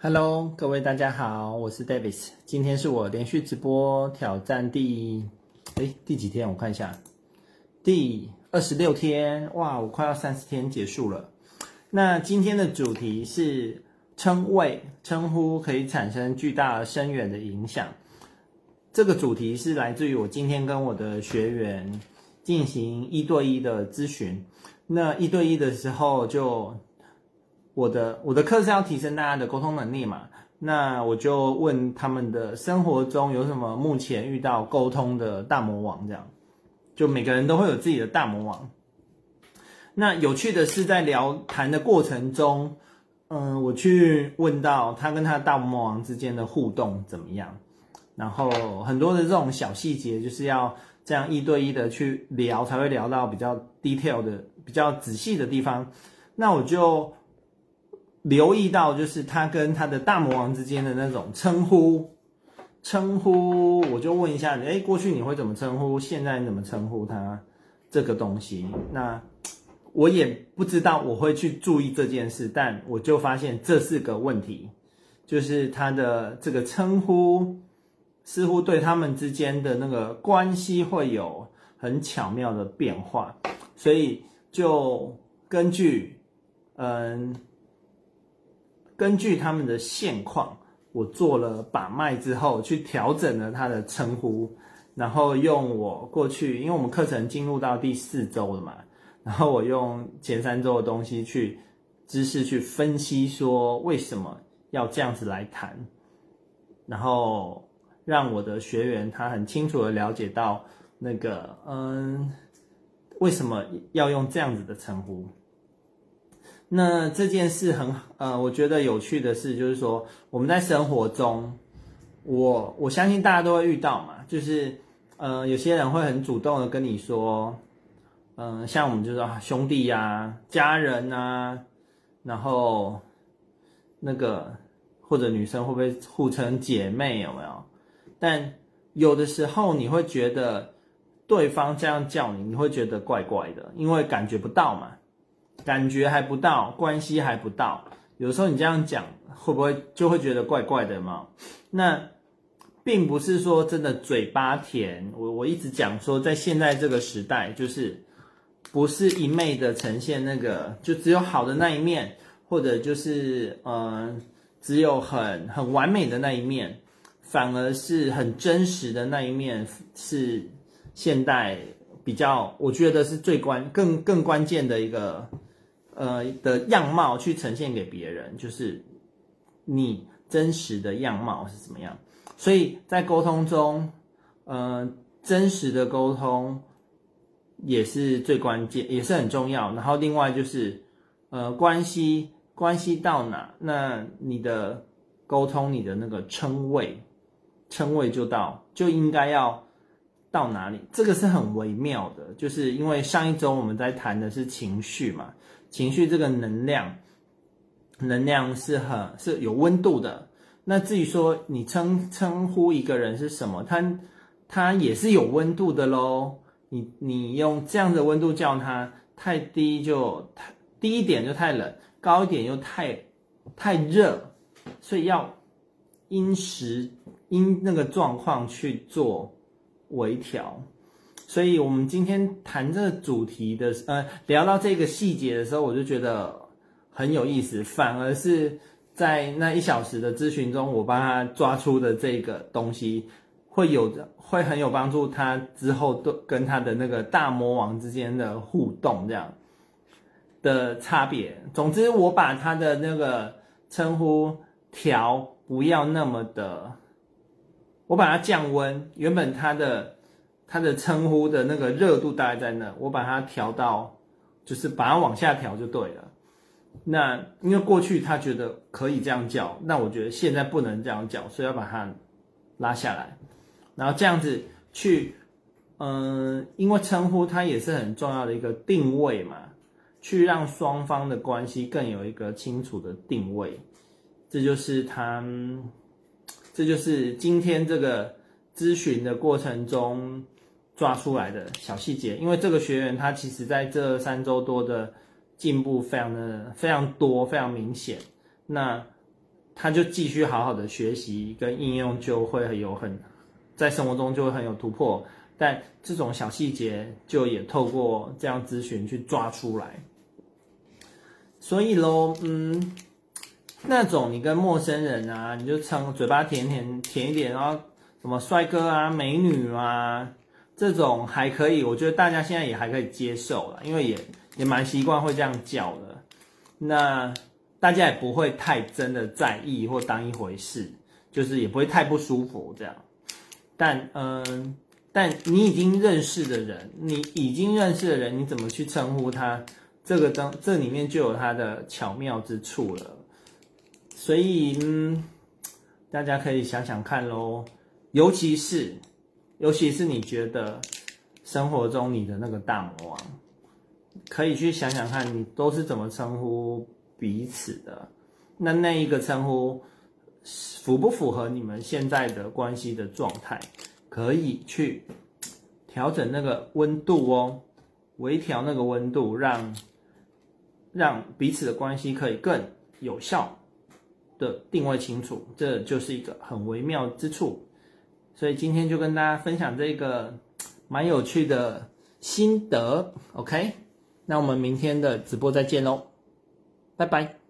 Hello，各位大家好，我是 Davis。今天是我连续直播挑战第几天？我看一下，第26天。哇，我快要30天结束了。那今天的主题是称谓、称呼可以产生巨大深远的影响。这个主题是来自于我今天跟我的学员进行1对1的咨询。那1对1的时候就我的课是要提升大家的沟通能力嘛，那我就问他们的生活中有什么目前遇到沟通的大魔王，这样就每个人都会有自己的大魔王。那有趣的是在聊谈的过程中，我去问到他跟他的大魔王之间的互动怎么样，然后很多的这种小细节就是要这样1对1的去聊，才会聊到比较 detail 的、比较仔细的地方。那我就留意到，就是他跟他的大魔王之间的那种称呼，我就问一下，过去你会怎么称呼？现在你怎么称呼他这个东西？那我也不知道我会去注意这件事，但我就发现这是个问题，就是他的这个称呼似乎对他们之间的那个关系会有很巧妙的变化，所以就根据他们的现况，我做了把脉之后，去调整了他的称呼，然后用我过去，因为我们课程进入到第4周了嘛，然后我用前3周的东西知识去分析说为什么要这样子来谈，然后让我的学员他很清楚的了解到那个为什么要用这样子的称呼。那这件事我觉得有趣的是，就是说我们在生活中，我相信大家都会遇到嘛，就是有些人会很主动的跟你说，像我们就说兄弟啊、家人啊，然后那个或者女生会不会互称姐妹，有没有？但有的时候你会觉得对方这样叫你，你会觉得怪怪的，因为感觉不到嘛。感觉还不到，关系还不到，有时候你这样讲会不会就会觉得怪怪的嘛？那并不是说真的嘴巴甜，我一直讲说在现在这个时代，就是不是一昧的呈现那个就只有好的那一面，或者就是只有很完美的那一面，反而是很真实的那一面是现代比较我觉得是更关键的一个的样貌去呈现给别人，就是你真实的样貌是怎么样。所以在沟通中真实的沟通也是最关键，也是很重要。然后另外就是关系到哪，那你的沟通你的那个称谓就应该要到哪里，这个是很微妙的，就是因为上一周我们在谈的是情绪嘛，情绪这个能量是有温度的。那至于说你称呼一个人是什么，他也是有温度的咯。你用这样的温度叫他，太低一点就太冷，高一点又太热，所以要因那个状况去做微调。所以我们今天谈这个主题的聊到这个细节的时候，我就觉得很有意思，反而是在那1小时的咨询中，我帮他抓出的这个东西会很有帮助，他之后都跟他的那个大魔王之间的互动这样的差别。总之我把他的那个称呼不要那么的，我把它降温，原本他的称呼的那个热度大概在那，我把它调到就是把它往下调就对了。那因为过去他觉得可以这样叫，那我觉得现在不能这样叫，所以要把它拉下来，然后这样子去因为称呼它也是很重要的一个定位嘛，去让双方的关系更有一个清楚的定位。这就是今天这个咨询的过程中抓出来的小细节。因为这个学员他其实在这3周多的进步非常多，非常明显。那他就继续好好的学习跟应用，就会有在生活中就会很有突破。但这种小细节就也透过这样咨询去抓出来。所以咯，那种你跟陌生人啊，你就称嘴巴甜一点，然后什么帅哥啊、美女啊，这种还可以，我觉得大家现在也还可以接受啦，因为也蛮习惯会这样叫的。那大家也不会太真的在意或当一回事，就是也不会太不舒服这样。但你已经认识的人，你怎么去称呼他？这里面就有它的巧妙之处了。所以大家可以想想看咯，尤其是你觉得生活中你的那个大魔王，可以去想想看你都是怎么称呼彼此的，那一个称呼符不符合你们现在的关系的状态，可以去调整那个温度哦，微调那个温度，让彼此的关系可以更有效的定位清楚，这就是一个很微妙之处。所以今天就跟大家分享这个蛮有趣的心得 ，OK？ 那我们明天的直播再见咯，拜拜。